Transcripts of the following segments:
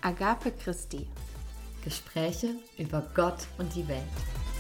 Agape Christi. Gespräche über Gott und die Welt.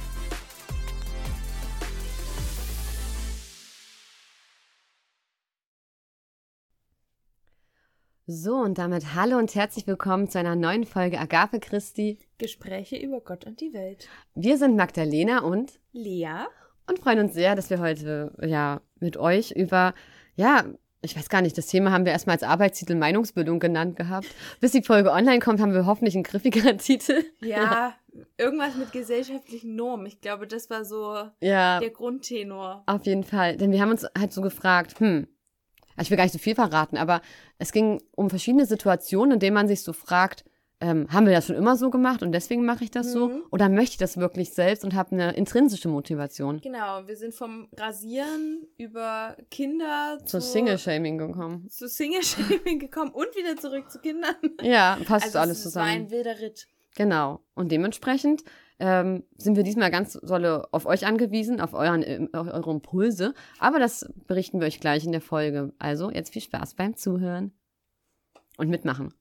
So, und damit hallo und herzlich willkommen zu einer neuen Folge Agape Christi. Gespräche über Gott und die Welt. Wir sind Magdalena und Lea. Und freuen uns sehr, dass wir heute mit euch über, ich weiß gar nicht, das Thema haben wir erstmal als Arbeitstitel Meinungsbildung genannt gehabt. Bis die Folge online kommt, haben wir hoffentlich einen griffigeren Titel. Ja, irgendwas mit gesellschaftlichen Normen. Ich glaube, das war so der Grundtenor. Auf jeden Fall, denn wir haben uns halt so gefragt, ich will gar nicht so viel verraten, aber es ging um verschiedene Situationen, in denen man sich so fragt, haben wir das schon immer so gemacht und deswegen mache ich das so? Oder möchte ich das wirklich selbst und habe eine intrinsische Motivation? Genau, wir sind vom Rasieren über Kinder zu Single-Shaming gekommen. Zu Single-Shaming gekommen und wieder zurück zu Kindern. Ja, passt also alles zusammen. Es war ein wilder Ritt. Genau. Und dementsprechend sind wir diesmal ganz dolle auf euch angewiesen, auf eure Impulse. Aber das berichten wir euch gleich in der Folge. Also jetzt viel Spaß beim Zuhören und mitmachen.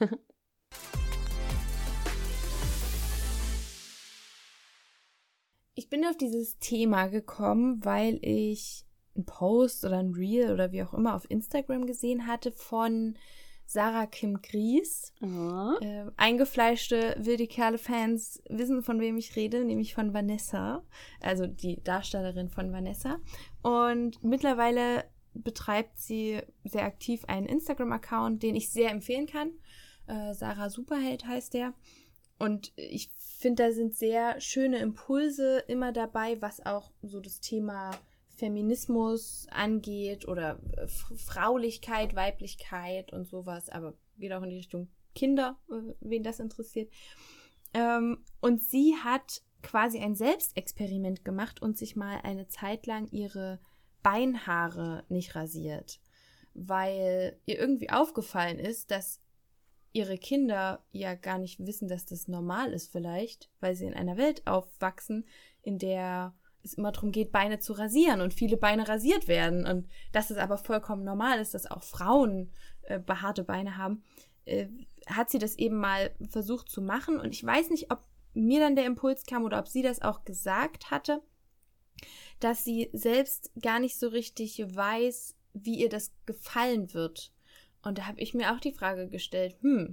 Ich bin auf dieses Thema gekommen, weil ich einen Post oder ein Reel oder wie auch immer auf Instagram gesehen hatte von Sarah Kim Gries. Eingefleischte wilde Kerle-Fans wissen, von wem ich rede, nämlich von Vanessa, also die Darstellerin von Vanessa. Und mittlerweile betreibt sie sehr aktiv einen Instagram-Account, den ich sehr empfehlen kann. Sarah Superheld heißt der. Und ich finde, da sind sehr schöne Impulse immer dabei, was auch so das Thema Feminismus angeht oder Fraulichkeit, Weiblichkeit und sowas, aber geht auch in die Richtung Kinder, wen das interessiert. Und sie hat quasi ein Selbstexperiment gemacht und sich mal eine Zeit lang ihre Beinhaare nicht rasiert, weil ihr irgendwie aufgefallen ist, dass ihre Kinder ja gar nicht wissen, dass das normal ist vielleicht, weil sie in einer Welt aufwachsen, in der es immer darum geht, Beine zu rasieren und viele Beine rasiert werden und dass es aber vollkommen normal ist, dass auch Frauen behaarte Beine haben, hat sie das eben mal versucht zu machen und ich weiß nicht, ob mir dann der Impuls kam oder ob sie das auch gesagt hatte, dass sie selbst gar nicht so richtig weiß, wie ihr das gefallen wird. Und da habe ich mir auch die Frage gestellt,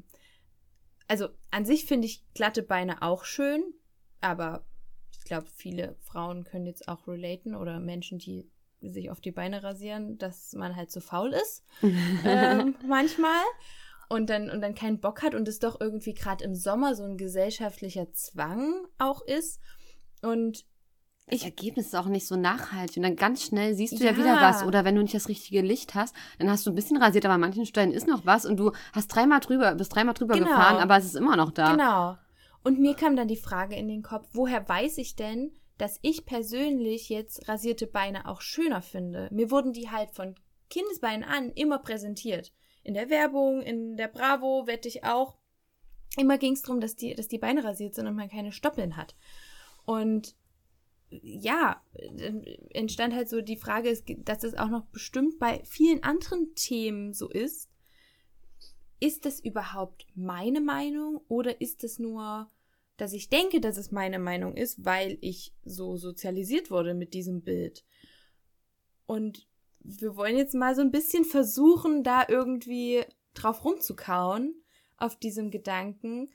also an sich finde ich glatte Beine auch schön, aber ich glaube, viele Frauen können jetzt auch relaten oder Menschen, die sich auf die Beine rasieren, dass man halt so faul ist, manchmal und dann keinen Bock hat und es doch irgendwie gerade im Sommer so ein gesellschaftlicher Zwang auch ist und das Ergebnis ist auch nicht so nachhaltig. Und dann ganz schnell siehst du ja wieder was. Oder wenn du nicht das richtige Licht hast, dann hast du ein bisschen rasiert, aber an manchen Stellen ist noch was und du hast bist dreimal drüber gefahren, aber es ist immer noch da. Genau. Und mir kam dann die Frage in den Kopf, woher weiß ich denn, dass ich persönlich jetzt rasierte Beine auch schöner finde? Mir wurden die halt von Kindesbeinen an immer präsentiert. In der Werbung, in der Bravo, wette ich auch. Immer ging es darum, dass die Beine rasiert sind und man keine Stoppeln hat. Und ja, entstand halt so die Frage, dass es auch noch bestimmt bei vielen anderen Themen so ist. Ist das überhaupt meine Meinung oder ist es nur, dass ich denke, dass es meine Meinung ist, weil ich so sozialisiert wurde mit diesem Bild? Und wir wollen jetzt mal so ein bisschen versuchen, da irgendwie drauf rumzukauen, auf diesem Gedanken.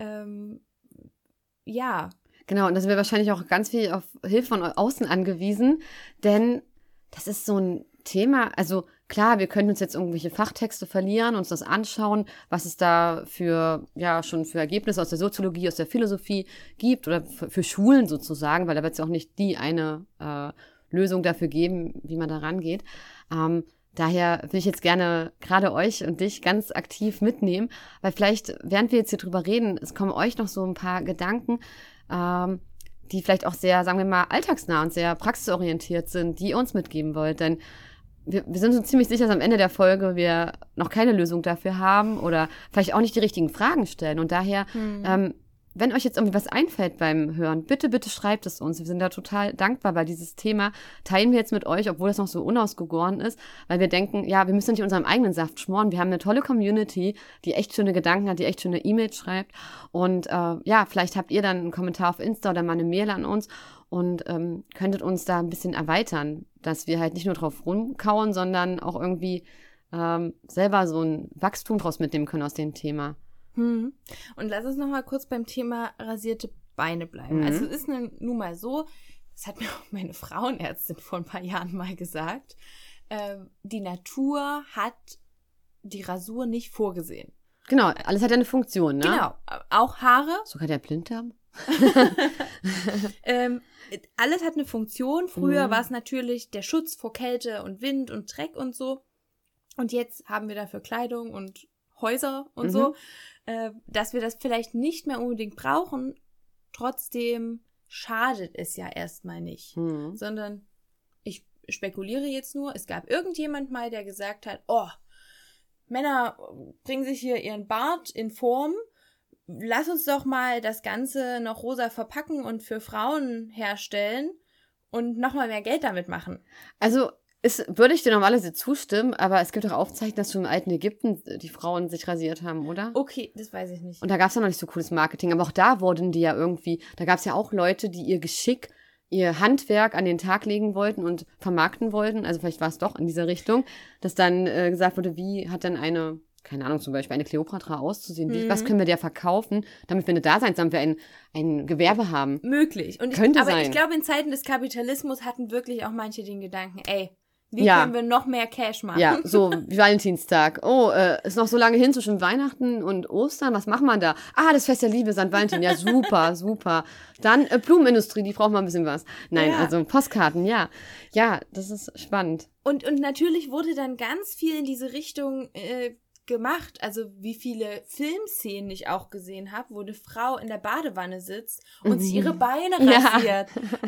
Genau, und da sind wir wahrscheinlich auch ganz viel auf Hilfe von außen angewiesen, denn das ist so ein Thema, also klar, wir können uns jetzt irgendwelche Fachtexte verlieren, uns das anschauen, was es da schon für Ergebnisse aus der Soziologie, aus der Philosophie gibt oder für Schulen sozusagen, weil da wird es ja auch nicht die eine Lösung dafür geben, wie man da rangeht. Daher will ich jetzt gerne gerade euch und dich ganz aktiv mitnehmen, weil vielleicht, während wir jetzt hier drüber reden, es kommen euch noch so ein paar Gedanken, die vielleicht auch sehr, sagen wir mal, alltagsnah und sehr praxisorientiert sind, die ihr uns mitgeben wollt. Denn wir sind uns ziemlich sicher, dass am Ende der Folge wir noch keine Lösung dafür haben oder vielleicht auch nicht die richtigen Fragen stellen. Und daher wenn euch jetzt irgendwie was einfällt beim Hören, bitte, bitte schreibt es uns. Wir sind da total dankbar, weil dieses Thema teilen wir jetzt mit euch, obwohl es noch so unausgegoren ist, weil wir denken, ja, wir müssen nicht unseren eigenen Saft schmoren. Wir haben eine tolle Community, die echt schöne Gedanken hat, die echt schöne E-Mails schreibt. Und ja, vielleicht habt ihr dann einen Kommentar auf Insta oder mal eine Mail an uns und könntet uns da ein bisschen erweitern, dass wir halt nicht nur drauf rumkauen, sondern auch irgendwie selber so ein Wachstum draus mitnehmen können aus dem Thema. Und lass uns noch mal kurz beim Thema rasierte Beine bleiben. Also es ist nun mal so, das hat mir auch meine Frauenärztin vor ein paar Jahren mal gesagt, die Natur hat die Rasur nicht vorgesehen. Genau, alles hat ja eine Funktion, ne? Genau, auch Haare. Sogar der Blinddarm. Alles hat eine Funktion. Früher war es natürlich der Schutz vor Kälte und Wind und Dreck und so. Und jetzt haben wir dafür Kleidung und Häuser und so, dass wir das vielleicht nicht mehr unbedingt brauchen. Trotzdem schadet es ja erstmal nicht, sondern ich spekuliere jetzt nur, es gab irgendjemand mal, der gesagt hat, oh, Männer bringen sich hier ihren Bart in Form, lass uns doch mal das Ganze noch rosa verpacken und für Frauen herstellen und nochmal mehr Geld damit machen. Also würde ich dir normalerweise zustimmen, aber es gibt auch Aufzeichnungen, dass schon im alten Ägypten die Frauen sich rasiert haben, oder? Okay, das weiß ich nicht. Und da gab es ja noch nicht so cooles Marketing, aber auch da wurden die ja irgendwie, da gab es ja auch Leute, die ihr Geschick, ihr Handwerk an den Tag legen wollten und vermarkten wollten, also vielleicht war es doch in dieser Richtung, dass dann gesagt wurde, wie hat denn eine, keine Ahnung, zum Beispiel eine Kleopatra auszusehen, was können wir der verkaufen, damit wir eine Daseinsamkeit, wir ein Gewerbe haben. Möglich. Und aber ich glaube, in Zeiten des Kapitalismus hatten wirklich auch manche den Gedanken, ey, wie können wir noch mehr Cash machen? Ja, so wie Valentinstag. Oh, ist noch so lange hin zwischen Weihnachten und Ostern. Was macht man da? Das Fest der Liebe, St. Valentin. Ja, super, super. Dann Blumenindustrie, die braucht mal ein bisschen was. Nein, also Postkarten, ja. Ja, das ist spannend. Und natürlich wurde dann ganz viel in diese Richtung gemacht. Also wie viele Filmszenen ich auch gesehen habe, wo eine Frau in der Badewanne sitzt und sich ihre Beine rasiert.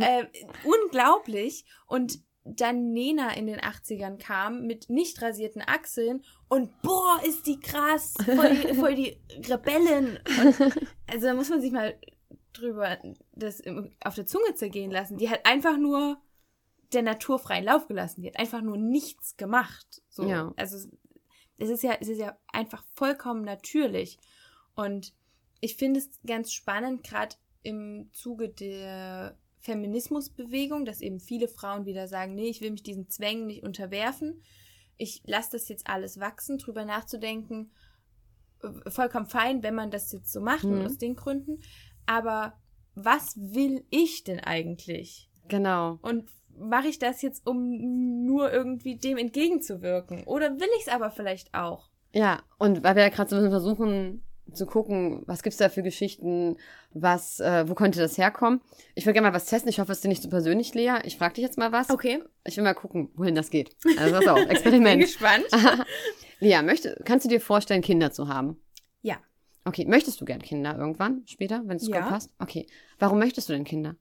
Unglaublich. Und dann Nena in den 80ern kam mit nicht rasierten Achseln und boah, ist die krass, voll die Rebellen. Und, also da muss man sich mal drüber das auf der Zunge zergehen lassen. Die hat einfach nur der Natur freien Lauf gelassen. Die hat einfach nur nichts gemacht. So. Ja. Also es ist ja einfach vollkommen natürlich. Und ich finde es ganz spannend, gerade im Zuge der Feminismusbewegung, dass eben viele Frauen wieder sagen, nee, ich will mich diesen Zwängen nicht unterwerfen. Ich lasse das jetzt alles wachsen, drüber nachzudenken. Vollkommen fein, wenn man das jetzt so macht und aus den Gründen. Aber was will ich denn eigentlich? Genau. Und mache ich das jetzt, um nur irgendwie dem entgegenzuwirken? Oder will ich es aber vielleicht auch? Ja, und weil wir ja gerade so ein bisschen versuchen zu gucken, was gibt's da für Geschichten, wo könnte das herkommen? Ich will gerne mal was testen. Ich hoffe, es ist dir nicht so persönlich, Lea. Ich frage dich jetzt mal was. Okay. Ich will mal gucken, wohin das geht. Also pass auf, Experiment. Bin gespannt. Lea, kannst du dir vorstellen, Kinder zu haben? Ja. Okay, möchtest du gern Kinder irgendwann, später, wenn es gut passt? Okay. Warum möchtest du denn Kinder?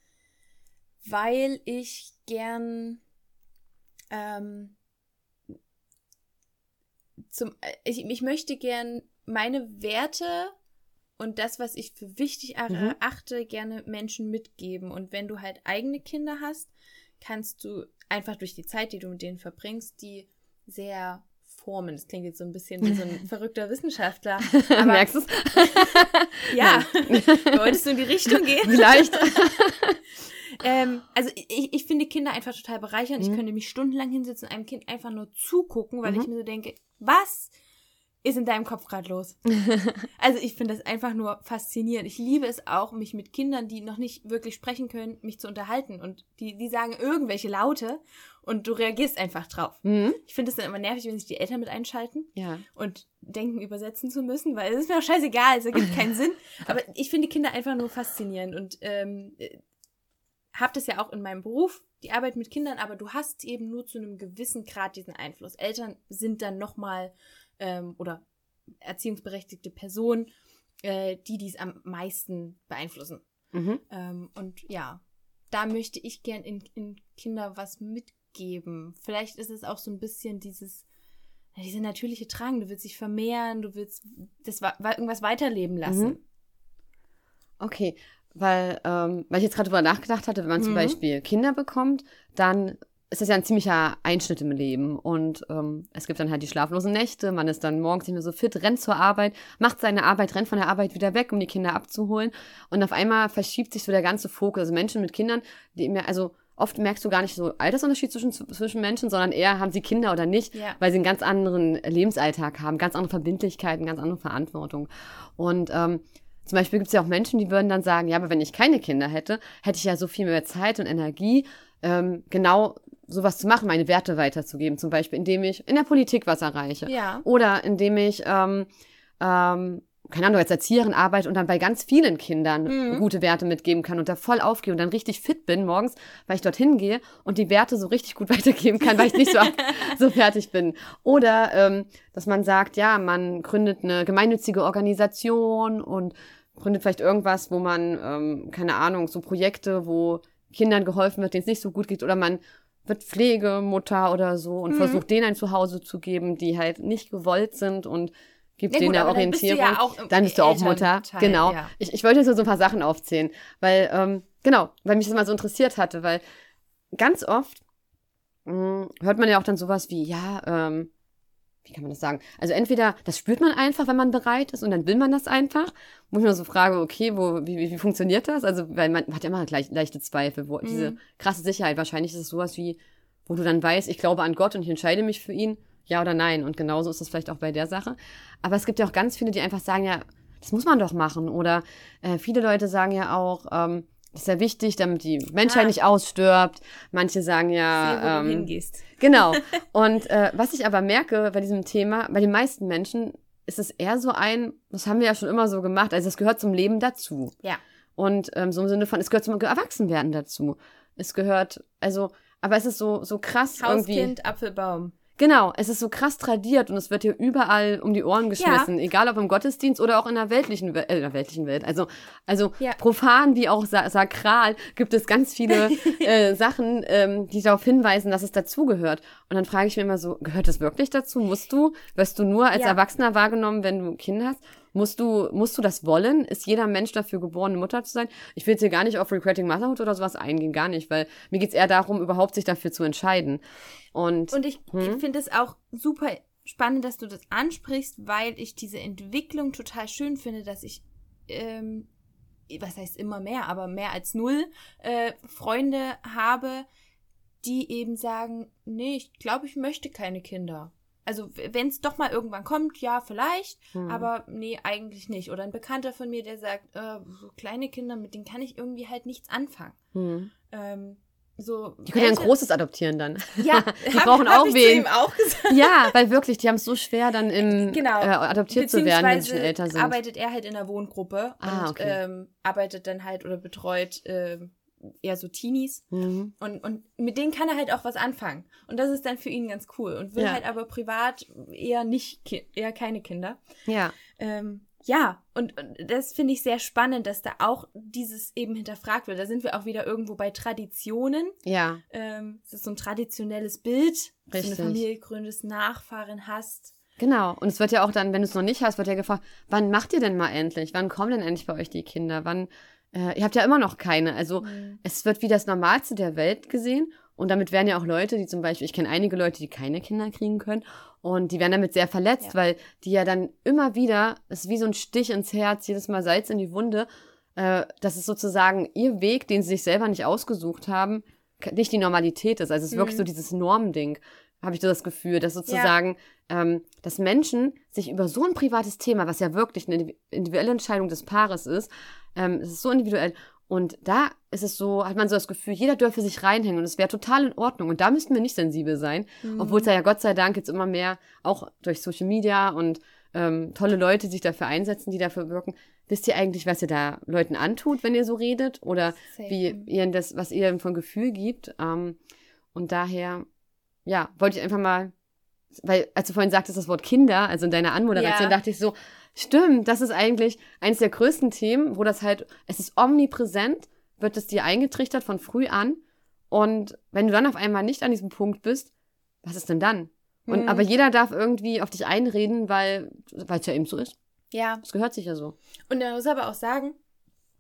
Weil ich gern ich möchte gern meine Werte und das, was ich für wichtig erachte, gerne Menschen mitgeben. Und wenn du halt eigene Kinder hast, kannst du einfach durch die Zeit, die du mit denen verbringst, die sehr formen. Das klingt jetzt so ein bisschen wie so ein verrückter Wissenschaftler. Aber merkst du es? Ja. Wolltest du in die Richtung gehen? Vielleicht. Also ich finde Kinder einfach total bereichernd. Ich könnte mich stundenlang hinsetzen und einem Kind einfach nur zugucken, weil ich mir so denke, was ist in deinem Kopf gerade los? Also ich finde das einfach nur faszinierend. Ich liebe es auch, mich mit Kindern, die noch nicht wirklich sprechen können, mich zu unterhalten. Und die sagen irgendwelche Laute und du reagierst einfach drauf. Ich finde es dann immer nervig, wenn sich die Eltern mit einschalten und denken, übersetzen zu müssen, weil es ist mir auch scheißegal, es ergibt keinen Sinn. Aber ich finde Kinder einfach nur faszinierend und habe das ja auch in meinem Beruf, die Arbeit mit Kindern, aber du hast eben nur zu einem gewissen Grad diesen Einfluss. Eltern sind dann nochmal oder erziehungsberechtigte Personen, die dies am meisten beeinflussen. Und ja, da möchte ich gern in Kinder was mitgeben. Vielleicht ist es auch so ein bisschen diese natürliche Drang. Du willst dich vermehren, du willst irgendwas weiterleben lassen. Okay, weil ich jetzt gerade drüber nachgedacht hatte, wenn man zum Beispiel Kinder bekommt, dann ist das ja ein ziemlicher Einschnitt im Leben. Und es gibt dann halt die schlaflosen Nächte, man ist dann morgens nicht mehr so fit, rennt zur Arbeit, macht seine Arbeit, rennt von der Arbeit wieder weg, um die Kinder abzuholen. Und auf einmal verschiebt sich so der ganze Fokus. Also Menschen mit Kindern, oft merkst du gar nicht so Altersunterschied zwischen Menschen, sondern eher, haben sie Kinder oder nicht, weil sie einen ganz anderen Lebensalltag haben, ganz andere Verbindlichkeiten, ganz andere Verantwortung. Und zum Beispiel gibt es ja auch Menschen, die würden dann sagen, ja, aber wenn ich keine Kinder hätte, hätte ich ja so viel mehr Zeit und Energie, genau sowas zu machen, meine Werte weiterzugeben. Zum Beispiel, indem ich in der Politik was erreiche. Ja. Oder indem ich keine Ahnung, als Erzieherin arbeite und dann bei ganz vielen Kindern gute Werte mitgeben kann und da voll aufgehe und dann richtig fit bin morgens, weil ich dorthin gehe und die Werte so richtig gut weitergeben kann, weil ich nicht so fertig bin. Oder, dass man sagt, ja, man gründet eine gemeinnützige Organisation und gründet vielleicht irgendwas, wo man, keine Ahnung, so Projekte, wo Kindern geholfen wird, denen es nicht so gut geht, oder man wird Pflegemutter oder so und versucht, denen ein Zuhause zu geben, die halt nicht gewollt sind und gibt denen eine Orientierung. Dann bist du auch Mutter. Genau. Ja. Ich wollte jetzt so ein paar Sachen aufzählen, weil mich das mal so interessiert hatte, weil ganz oft hört man ja auch dann sowas wie, wie kann man das sagen? Also entweder, das spürt man einfach, wenn man bereit ist und dann will man das einfach. Wo ich mir so frage, okay, wie funktioniert das? Also, weil man hat ja immer leichte Zweifel, diese krasse Sicherheit. Wahrscheinlich ist es sowas wie, wo du dann weißt, ich glaube an Gott und ich entscheide mich für ihn. Ja oder nein. Und genauso ist das vielleicht auch bei der Sache. Aber es gibt ja auch ganz viele, die einfach sagen, ja, das muss man doch machen. Oder viele Leute sagen ja auch, das ist ja wichtig, damit die Menschheit nicht ausstirbt. Manche sagen ja... Sehr, wo du hingehst. Genau. Und was ich aber merke bei diesem Thema, bei den meisten Menschen ist es eher so das haben wir ja schon immer so gemacht, also es gehört zum Leben dazu. Ja. Und so im Sinne von, es gehört zum Erwachsenwerden dazu. Es gehört, aber es ist so krass irgendwie... Hauskind, Apfelbaum. Genau, es ist so krass tradiert und es wird hier überall um die Ohren geschmissen, egal ob im Gottesdienst oder auch in der weltlichen Welt. Also profan wie auch sakral gibt es ganz viele Sachen, die darauf hinweisen, dass es dazugehört. Und dann frage ich mir immer so, gehört das wirklich dazu? Wirst du nur als Erwachsener wahrgenommen, wenn du Kinder hast? Musst du das wollen? Ist jeder Mensch dafür geboren, Mutter zu sein? Ich will jetzt hier gar nicht auf Regretting Motherhood oder sowas eingehen, gar nicht, weil mir geht's eher darum, überhaupt sich dafür zu entscheiden. Und ich finde es auch super spannend, dass du das ansprichst, weil ich diese Entwicklung total schön finde, dass ich, was heißt immer mehr, aber mehr als 0 Freunde habe, die eben sagen, nee, ich glaube, ich möchte keine Kinder. Also wenn es doch mal irgendwann kommt, ja, vielleicht, aber nee, eigentlich nicht. Oder ein Bekannter von mir, der sagt, so kleine Kinder, mit denen kann ich irgendwie halt nichts anfangen. Die können ja ein großes adoptieren dann. Ja, die brauchen auch wen. Zu ihm auch gesagt. Ja, weil wirklich, die haben es so schwer, dann adoptiert zu werden, wenn sie schon älter sind. Arbeitet er halt in einer Wohngruppe und arbeitet dann halt oder betreut eher so Teenies. Und mit denen kann er halt auch was anfangen. Und das ist dann für ihn ganz cool. Und will halt aber privat eher keine Kinder. Ja. Und das finde ich sehr spannend, dass da auch dieses eben hinterfragt wird. Da sind wir auch wieder irgendwo bei Traditionen. Ja. Es ist so ein traditionelles Bild, dass Richtig. du eine Familie gründest, Nachfahren hast. Genau. Und es wird ja auch dann, wenn du es noch nicht hast, wird ja gefragt, wann macht ihr denn mal endlich? Wann kommen denn endlich bei euch die Kinder? Ihr habt ja immer noch keine. Also es wird wie das Normalste der Welt gesehen. Und damit werden ja auch Leute, die zum Beispiel, ich kenne einige Leute, die keine Kinder kriegen können. Und die werden damit sehr verletzt, weil die ja dann immer wieder, es ist wie so ein Stich ins Herz, jedes Mal Salz in die Wunde. Das ist sozusagen ihr Weg, den sie sich selber nicht ausgesucht haben, nicht die Normalität ist. Also es ist wirklich so dieses Normding, habe ich so das Gefühl, dass sozusagen, dass Menschen sich über so ein privates Thema, was ja wirklich eine individuelle Entscheidung des Paares ist, es ist so individuell. Und da ist es so, hat man so das Gefühl, jeder dürfe sich reinhängen und es wäre total in Ordnung. Und da müssten wir nicht sensibel sein, obwohl es ja Gott sei Dank jetzt immer mehr, auch durch Social Media und tolle Leute, die sich dafür einsetzen, die dafür wirken. Wisst ihr eigentlich, was ihr da Leuten antut, wenn ihr so redet? Oder was ihr von Gefühl gibt? Und daher, ja, wollte ich einfach mal, weil als du vorhin sagtest, das Wort Kinder, also in deiner Anmoderation, dachte ich so, stimmt, das ist eigentlich eines der größten Themen, wo das halt, es ist omnipräsent, wird es dir eingetrichtert von früh an. Und wenn du dann auf einmal nicht an diesem Punkt bist, was ist denn dann? Und aber jeder darf irgendwie auf dich einreden, weil es ja eben so ist. Ja. Das gehört sich ja so. Und man muss aber auch sagen,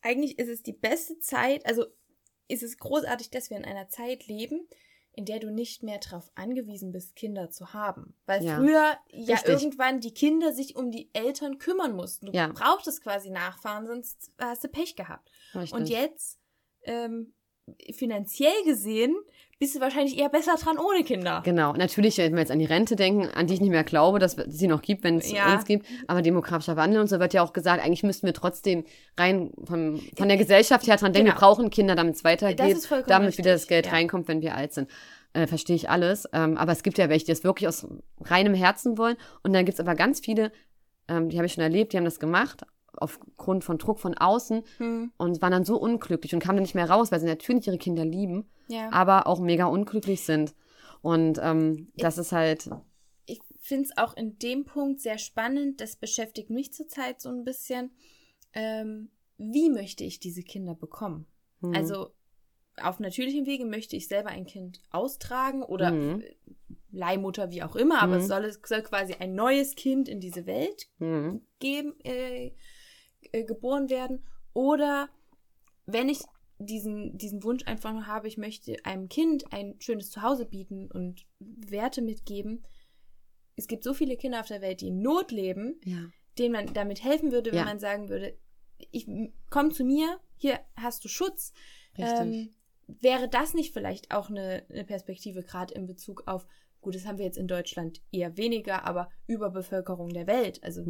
eigentlich ist es die beste Zeit, also ist es großartig, dass wir in einer Zeit leben, in der du nicht mehr darauf angewiesen bist, Kinder zu haben. Weil früher irgendwann die Kinder sich um die Eltern kümmern mussten. Du brauchtest quasi Nachfahren, sonst hast du Pech gehabt. Richtig. Und jetzt, finanziell gesehen, bist du wahrscheinlich eher besser dran ohne Kinder. Genau. Natürlich, wenn wir jetzt an die Rente denken, an die ich nicht mehr glaube, dass es sie noch gibt, wenn es uns gibt. Aber demografischer Wandel und so wird ja auch gesagt, eigentlich müssten wir trotzdem rein von der Gesellschaft her dran denken, wir brauchen Kinder, damit es weitergeht, damit richtig. wieder das Geld reinkommt, wenn wir alt sind. Verstehe ich alles. Aber es gibt ja welche, die das wirklich aus reinem Herzen wollen. Und dann gibt es aber ganz viele, die habe ich schon erlebt, die haben das gemacht, aufgrund von Druck von außen und waren dann so unglücklich und kamen dann nicht mehr raus, weil sie natürlich ihre Kinder lieben, aber auch mega unglücklich sind. Und das ist halt... Ich finde es auch in dem Punkt sehr spannend, das beschäftigt mich zurzeit so ein bisschen, wie möchte ich diese Kinder bekommen? Also auf natürlichem Wege möchte ich selber ein Kind austragen oder Leihmutter, wie auch immer, aber es soll quasi ein neues Kind in diese Welt geben, geboren werden. Oder wenn ich diesen Wunsch einfach nur habe, ich möchte einem Kind ein schönes Zuhause bieten und Werte mitgeben. Es gibt so viele Kinder auf der Welt, die in Not leben, denen man damit helfen würde, wenn man sagen würde, komm zu mir, hier hast du Schutz. Wäre das nicht vielleicht auch eine Perspektive, gerade in Bezug auf, gut, das haben wir jetzt in Deutschland eher weniger, aber Überbevölkerung der Welt. Also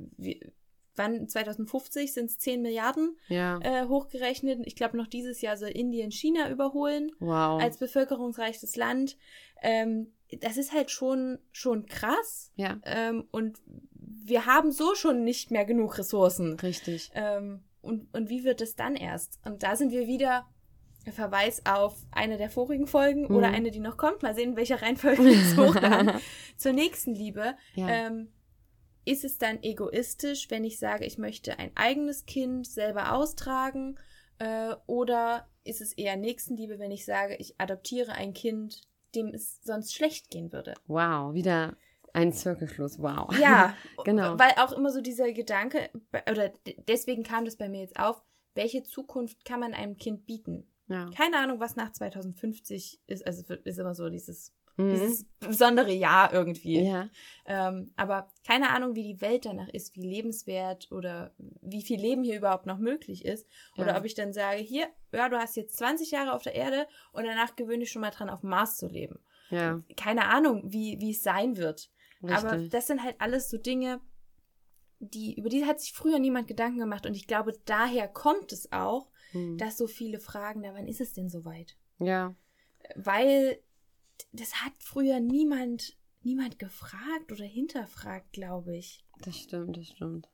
2050 sind es 10 Milliarden hochgerechnet. Ich glaube, noch dieses Jahr soll Indien China überholen als bevölkerungsreichstes Land. Das ist halt schon krass. Ja. Und wir haben so schon nicht mehr genug Ressourcen. Richtig. Und wie wird es dann erst? Und da sind wir wieder... Verweis auf eine der vorigen Folgen oder eine, die noch kommt. Mal sehen, in welcher Reihenfolge wir es hochladen. Zur Nächstenliebe. Ist es dann egoistisch, wenn ich sage, ich möchte ein eigenes Kind selber austragen? Oder ist es eher Nächstenliebe, wenn ich sage, ich adoptiere ein Kind, dem es sonst schlecht gehen würde? Wow, wieder ein Zirkelschluss. Wow. Ja, genau. Weil auch immer so dieser Gedanke, oder deswegen kam das bei mir jetzt auf, welche Zukunft kann man einem Kind bieten? Ja. Keine Ahnung, was nach 2050 ist. Also ist immer so dieses besondere Jahr irgendwie. Ja. Aber keine Ahnung, wie die Welt danach ist, wie lebenswert oder wie viel Leben hier überhaupt noch möglich ist. Oder ob ich dann sage, hier, du hast jetzt 20 Jahre auf der Erde und danach gewöhne dich schon mal dran, auf dem Mars zu leben. Ja. Keine Ahnung, wie es sein wird. Richtig. Aber das sind halt alles so Dinge, über die hat sich früher niemand Gedanken gemacht. Und ich glaube, daher kommt es auch, dass so viele fragen, wann ist es denn soweit? Ja. Weil das hat früher niemand gefragt oder hinterfragt, glaube ich. Das stimmt. Und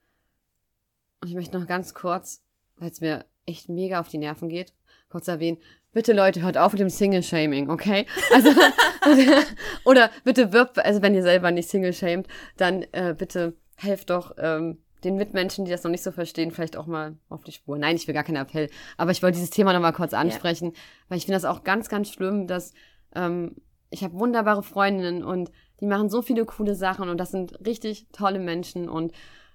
ich möchte noch ganz kurz, weil es mir echt mega auf die Nerven geht, kurz erwähnen, bitte Leute, hört auf mit dem Single-Shaming, okay? Also, oder bitte also wenn ihr selber nicht Single-shamed, dann bitte helft doch den Mitmenschen, die das noch nicht so verstehen, vielleicht auch mal auf die Spur. Nein, ich will gar keinen Appell, aber ich wollte dieses Thema noch mal kurz ansprechen, weil ich finde das auch ganz, ganz schlimm, dass ich habe wunderbare Freundinnen und die machen so viele coole Sachen und das sind richtig tolle Menschen und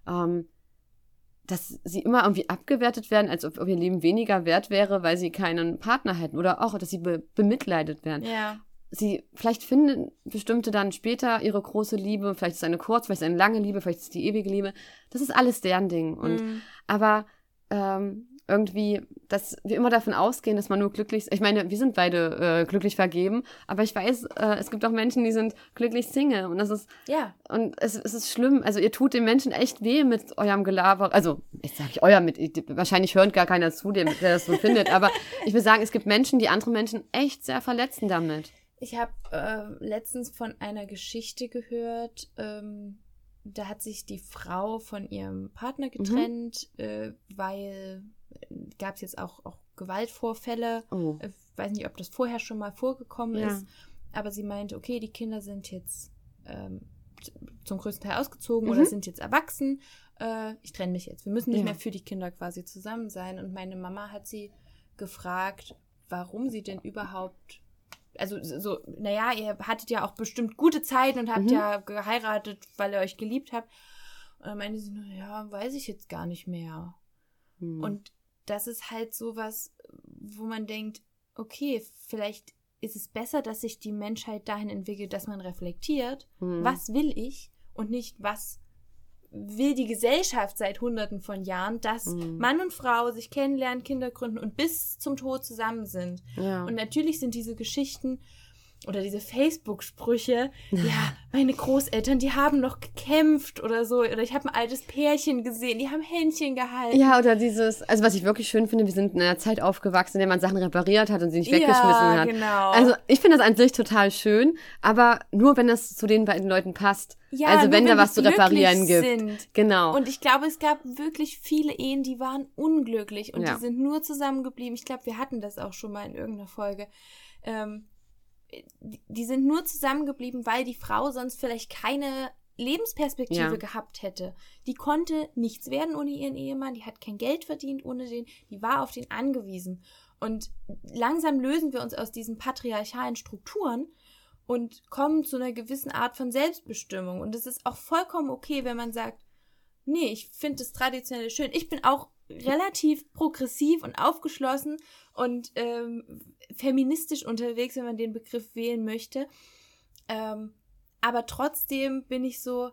dass sie immer irgendwie abgewertet werden, als ob ihr Leben weniger wert wäre, weil sie keinen Partner hätten oder auch, dass sie bemitleidet werden. Ja. Sie vielleicht finden bestimmte dann später ihre große Liebe, vielleicht ist es eine kurz, vielleicht ist es eine lange Liebe, vielleicht ist es die ewige Liebe. Das ist alles deren Ding. Und aber irgendwie, dass wir immer davon ausgehen, dass man nur glücklich ist. Ich meine, wir sind beide glücklich vergeben, aber ich weiß, es gibt auch Menschen, die sind glücklich Single und das ist und es ist schlimm. Also ihr tut den Menschen echt weh mit eurem Gelaber. Also ich sage wahrscheinlich hört gar keiner zu, der das so findet, aber ich will sagen, es gibt Menschen, die andere Menschen echt sehr verletzen damit. Ich habe letztens von einer Geschichte gehört, da hat sich die Frau von ihrem Partner getrennt, weil gab es jetzt auch Gewaltvorfälle. Oh. Ich weiß nicht, ob das vorher schon mal vorgekommen ist, aber sie meinte, okay, die Kinder sind jetzt zum größten Teil ausgezogen oder sind jetzt erwachsen. Ich trenne mich jetzt. Wir müssen nicht mehr für die Kinder quasi zusammen sein. Und meine Mama hat sie gefragt, warum sie denn überhaupt... Also so, ihr hattet ja auch bestimmt gute Zeiten und habt ja geheiratet, weil ihr euch geliebt habt. Und dann meinte sie, weiß ich jetzt gar nicht mehr. Und das ist halt sowas, wo man denkt, okay, vielleicht ist es besser, dass sich die Menschheit dahin entwickelt, dass man reflektiert, was will ich und nicht, was will die Gesellschaft seit Hunderten von Jahren, dass Mann und Frau sich kennenlernen, Kinder gründen und bis zum Tod zusammen sind. Ja. Und natürlich sind diese Geschichten oder diese Facebook-Sprüche, ja, meine Großeltern, die haben noch gekämpft oder so. Oder ich habe ein altes Pärchen gesehen, die haben Händchen gehalten. Ja, oder dieses, also was ich wirklich schön finde, wir sind in einer Zeit aufgewachsen, in der man Sachen repariert hat und sie nicht weggeschmissen hat. Genau. Also ich finde das an sich total schön, aber nur, wenn das zu den beiden Leuten passt. Ja, also wenn da was zu reparieren gibt. Genau. Und ich glaube, es gab wirklich viele Ehen, die waren unglücklich und die sind nur zusammengeblieben. Ich glaube, wir hatten das auch schon mal in irgendeiner Folge. Die sind nur zusammengeblieben, weil die Frau sonst vielleicht keine Lebensperspektive gehabt hätte. Die konnte nichts werden ohne ihren Ehemann, die hat kein Geld verdient ohne den, die war auf den angewiesen. Und langsam lösen wir uns aus diesen patriarchalen Strukturen und kommen zu einer gewissen Art von Selbstbestimmung. Und es ist auch vollkommen okay, wenn man sagt, nee, ich finde das Traditionelle schön. Ich bin auch relativ progressiv und aufgeschlossen und feministisch unterwegs, wenn man den Begriff wählen möchte. Aber trotzdem bin ich so,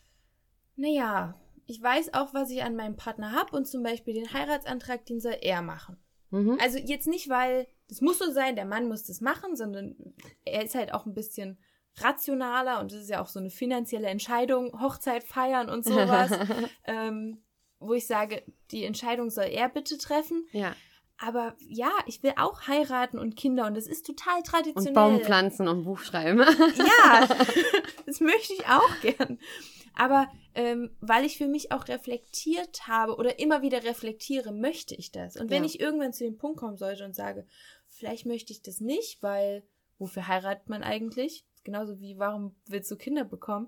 naja, ich weiß auch, was ich an meinem Partner habe und zum Beispiel den Heiratsantrag, den soll er machen. Also jetzt nicht, weil das muss so sein, der Mann muss das machen, sondern er ist halt auch ein bisschen rationaler und es ist ja auch so eine finanzielle Entscheidung, Hochzeit feiern und sowas, wo ich sage, die Entscheidung soll er bitte treffen. Ja. Aber ja, ich will auch heiraten und Kinder und das ist total traditionell. Und Baum pflanzen und ein Buch schreiben. Ja, das möchte ich auch gern. Aber weil ich für mich auch reflektiert habe oder immer wieder reflektiere, möchte ich das. Und wenn ich irgendwann zu dem Punkt kommen sollte und sage, vielleicht möchte ich das nicht, weil wofür heiratet man eigentlich? Genauso wie, warum willst du Kinder bekommen?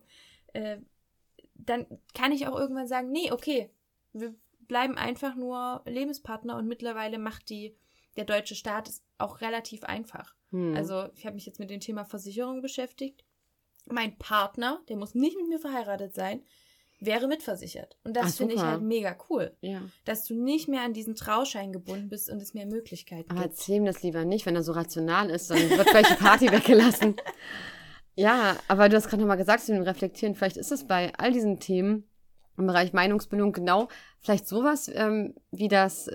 Dann kann ich auch irgendwann sagen, nee, okay, wir bleiben einfach nur Lebenspartner und mittlerweile macht der deutsche Staat es auch relativ einfach. Also ich habe mich jetzt mit dem Thema Versicherung beschäftigt. Mein Partner, der muss nicht mit mir verheiratet sein, wäre mitversichert. Und das finde ich halt mega cool. Ja. Dass du nicht mehr an diesen Trauschein gebunden bist und es mehr Möglichkeiten gibt. Aber erzähl ihm das lieber nicht, wenn er so rational ist, dann wird gleich die Party weggelassen. Ja, aber du hast gerade nochmal gesagt, zu dem Reflektieren, vielleicht ist es bei all diesen Themen im Bereich Meinungsbildung genau vielleicht sowas wie das,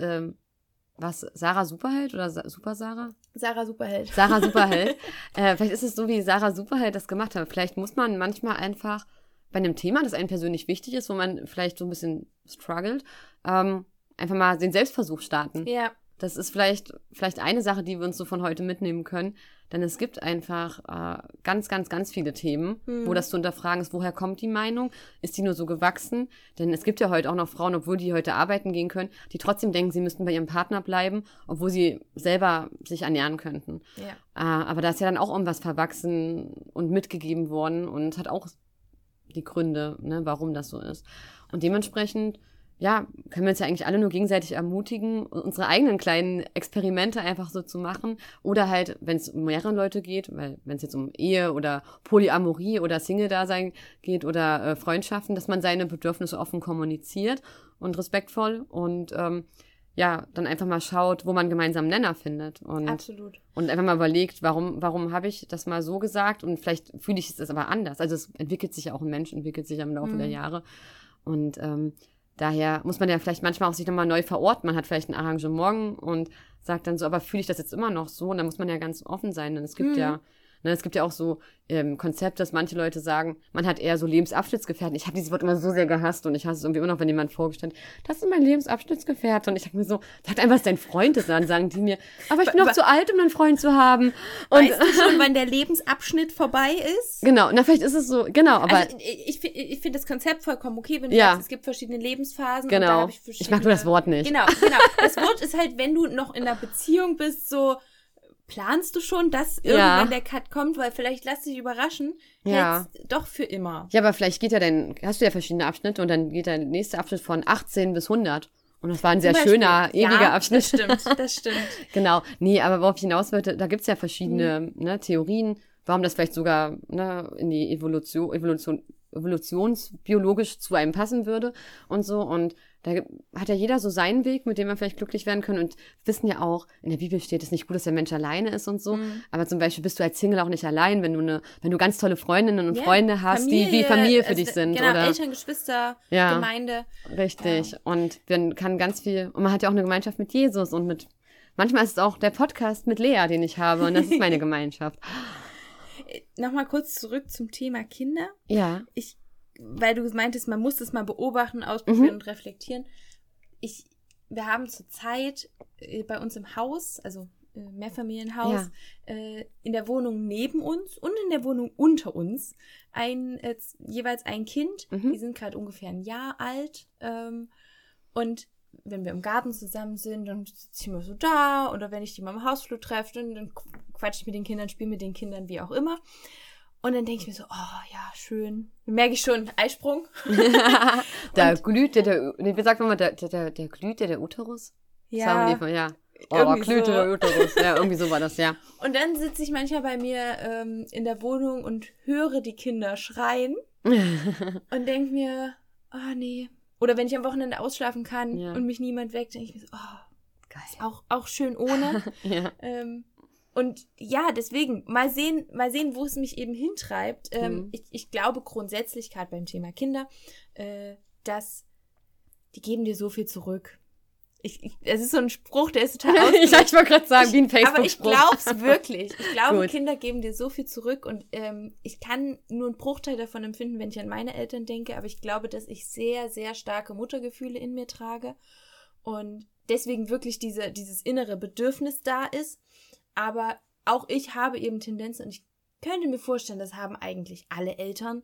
was, Sarah Superheld oder Super Sarah? Sarah Superheld. Sarah Superheld. Vielleicht ist es so, wie Sarah Superheld das gemacht hat. Vielleicht muss man manchmal einfach bei einem Thema, das einem persönlich wichtig ist, wo man vielleicht so ein bisschen struggelt, einfach mal den Selbstversuch starten. Ja. Das ist vielleicht eine Sache, die wir uns so von heute mitnehmen können. Denn es gibt einfach ganz, ganz, ganz viele Themen, wo das zu unterfragen ist, woher kommt die Meinung? Ist die nur so gewachsen? Denn es gibt ja heute auch noch Frauen, obwohl die heute arbeiten gehen können, die trotzdem denken, sie müssten bei ihrem Partner bleiben, obwohl sie selber sich ernähren könnten. Ja. Aber da ist ja dann auch irgendwas verwachsen und mitgegeben worden und hat auch die Gründe, ne, warum das so ist. Und dementsprechend ja, können wir uns ja eigentlich alle nur gegenseitig ermutigen, unsere eigenen kleinen Experimente einfach so zu machen. Oder halt, wenn es um mehrere Leute geht, weil wenn es jetzt um Ehe oder Polyamorie oder Single-Dasein geht oder Freundschaften, dass man seine Bedürfnisse offen kommuniziert und respektvoll und ja, dann einfach mal schaut, wo man gemeinsam einen Nenner findet. Und, absolut. Und einfach mal überlegt, warum habe ich das mal so gesagt und vielleicht fühle ich es aber anders. Also es entwickelt sich ja auch, ein Mensch entwickelt sich ja im Laufe der Jahre. Und daher muss man ja vielleicht manchmal auch sich nochmal neu verorten. Man hat vielleicht ein Arrangement und sagt dann so, aber fühle ich das jetzt immer noch so? Und da muss man ja ganz offen sein, denn es gibt es gibt ja auch so Konzepte, dass manche Leute sagen, man hat eher so Lebensabschnittsgefährten. Ich habe dieses Wort immer so sehr gehasst und ich hasse es irgendwie immer noch, wenn jemand vorgestellt, das ist mein Lebensabschnittsgefährte. Und ich dachte mir so, sag einfach, dass dein Freund ist. Dann sagen die mir, aber ich bin noch zu alt, um einen Freund zu haben. Und weißt du schon, wann der Lebensabschnitt vorbei ist? Genau, na vielleicht ist es so, genau. Aber also ich finde das Konzept vollkommen okay, wenn du sagst, es gibt verschiedene Lebensphasen. Genau, und da habe ich mag nur das Wort nicht. Genau. Das Wort ist halt, wenn du noch in einer Beziehung bist, so planst du schon, dass irgendwann der Cut kommt, weil vielleicht lass dich überraschen, hältst doch für immer. Ja, aber vielleicht geht hast du ja verschiedene Abschnitte und dann geht der nächste Abschnitt von 18 bis 100. Und das war ein sehr schöner, ewiger Abschnitt. Das stimmt. Genau. Nee, aber worauf ich hinaus wollte, da gibt's ja verschiedene Theorien, warum das vielleicht sogar in die Evolution evolutionsbiologisch zu einem passen würde und so. Und da hat ja jeder so seinen Weg, mit dem er vielleicht glücklich werden kann. Und wir wissen ja auch, in der Bibel steht es nicht gut, dass der Mensch alleine ist und so. Aber zum Beispiel bist du als Single auch nicht allein, wenn du ganz tolle Freundinnen und Freunde hast, die wie Familie für dich sind. Genau, oder Eltern, Geschwister, Gemeinde. Richtig. Und man kann ganz viel, und man hat ja auch eine Gemeinschaft mit Jesus und manchmal ist es auch der Podcast mit Lea, den ich habe. Und das ist meine Gemeinschaft. Nochmal kurz zurück zum Thema Kinder. Ja. Weil du meintest, man muss das mal beobachten, ausprobieren und reflektieren. Wir haben zurzeit bei uns im Haus, also Mehrfamilienhaus, in der Wohnung neben uns und in der Wohnung unter uns jeweils ein Kind. Die sind gerade ungefähr ein Jahr alt. Und wenn wir im Garten zusammen sind, dann sitze ich immer so da. Oder wenn ich die mal im Hausflur treffe, dann quatsche ich mit den Kindern, spiele mit den Kindern, wie auch immer. Und dann denke ich mir so, oh ja, schön. Dann merke ich schon, Eisprung. Da glüht wie sagt man mal, der glüht der Uterus? Ja. Ja. Oh, da glüht der Uterus. Ja, irgendwie so war das, ja. Und dann sitze ich manchmal bei mir in der Wohnung und höre die Kinder schreien und denke mir, oh nee. Oder wenn ich am Wochenende ausschlafen kann und mich niemand weckt, denke ich mir so, oh, geil. Auch schön ohne. Ja. Und ja, deswegen, mal sehen, wo es mich eben hintreibt. Ich glaube grundsätzlich, gerade beim Thema Kinder, dass die geben dir so viel zurück. Es ist so ein Spruch, der ist total ich wollte gerade sagen, wie ein Facebook-Spruch. Aber ich glaube es wirklich. Ich glaube, Kinder geben dir so viel zurück und ich kann nur einen Bruchteil davon empfinden, wenn ich an meine Eltern denke, aber ich glaube, dass ich sehr, sehr starke Muttergefühle in mir trage und deswegen wirklich dieses innere Bedürfnis da ist. Aber auch ich habe eben Tendenzen und ich könnte mir vorstellen, das haben eigentlich alle Eltern.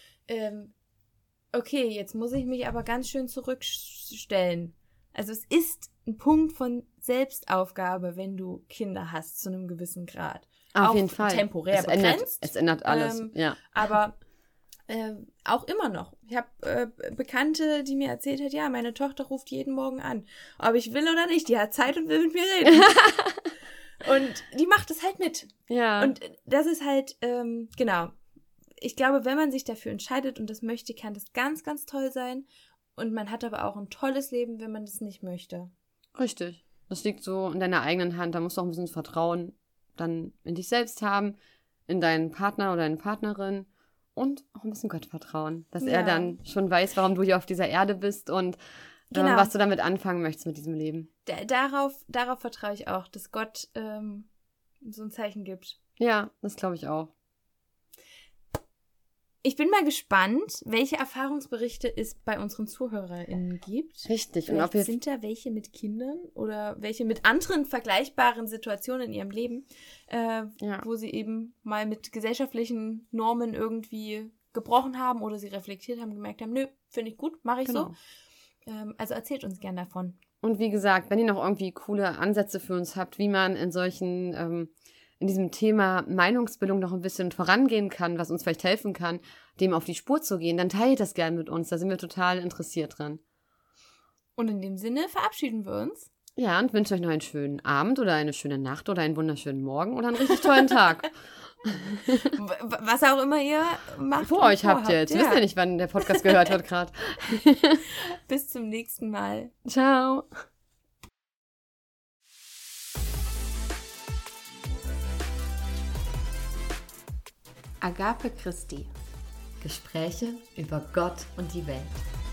Okay, jetzt muss ich mich aber ganz schön zurückstellen. Also es ist ein Punkt von Selbstaufgabe, wenn du Kinder hast zu einem gewissen Grad. Auf jeden Fall. Temporär begrenzt. Es ändert alles, ja. Aber auch immer noch. Ich habe Bekannte, die mir erzählt hat, ja, meine Tochter ruft jeden Morgen an. Ob ich will oder nicht, die hat Zeit und will mit mir reden. Und die macht es halt mit. Ja. Und das ist halt, genau. Ich glaube, wenn man sich dafür entscheidet und das möchte, kann das ganz, ganz toll sein. Und man hat aber auch ein tolles Leben, wenn man das nicht möchte. Richtig. Das liegt so in deiner eigenen Hand. Da musst du auch ein bisschen Vertrauen dann in dich selbst haben, in deinen Partner oder deine Partnerin und auch ein bisschen Gott vertrauen, dass er dann schon weiß, warum du hier auf dieser Erde bist und was du damit anfangen möchtest mit diesem Leben. Darauf vertraue ich auch, dass Gott so ein Zeichen gibt. Ja, das glaube ich auch. Ich bin mal gespannt, welche Erfahrungsberichte es bei unseren ZuhörerInnen gibt. Richtig. Und sind da welche mit Kindern oder welche mit anderen vergleichbaren Situationen in ihrem Leben, wo sie eben mal mit gesellschaftlichen Normen irgendwie gebrochen haben oder sie reflektiert haben, gemerkt haben, nö, finde ich gut, mache ich so. Also erzählt uns gern davon. Und wie gesagt, wenn ihr noch irgendwie coole Ansätze für uns habt, wie man in diesem Thema Meinungsbildung noch ein bisschen vorangehen kann, was uns vielleicht helfen kann, dem auf die Spur zu gehen, dann teilt das gerne mit uns. Da sind wir total interessiert dran. Und in dem Sinne verabschieden wir uns. Ja, und wünsche euch noch einen schönen Abend oder eine schöne Nacht oder einen wunderschönen Morgen oder einen richtig tollen Tag. Was auch immer ihr macht. Vor euch habt ihr jetzt. Wisst ihr nicht, wann der Podcast gehört wird gerade. Bis zum nächsten Mal. Ciao. Agape Christi. Gespräche über Gott und die Welt.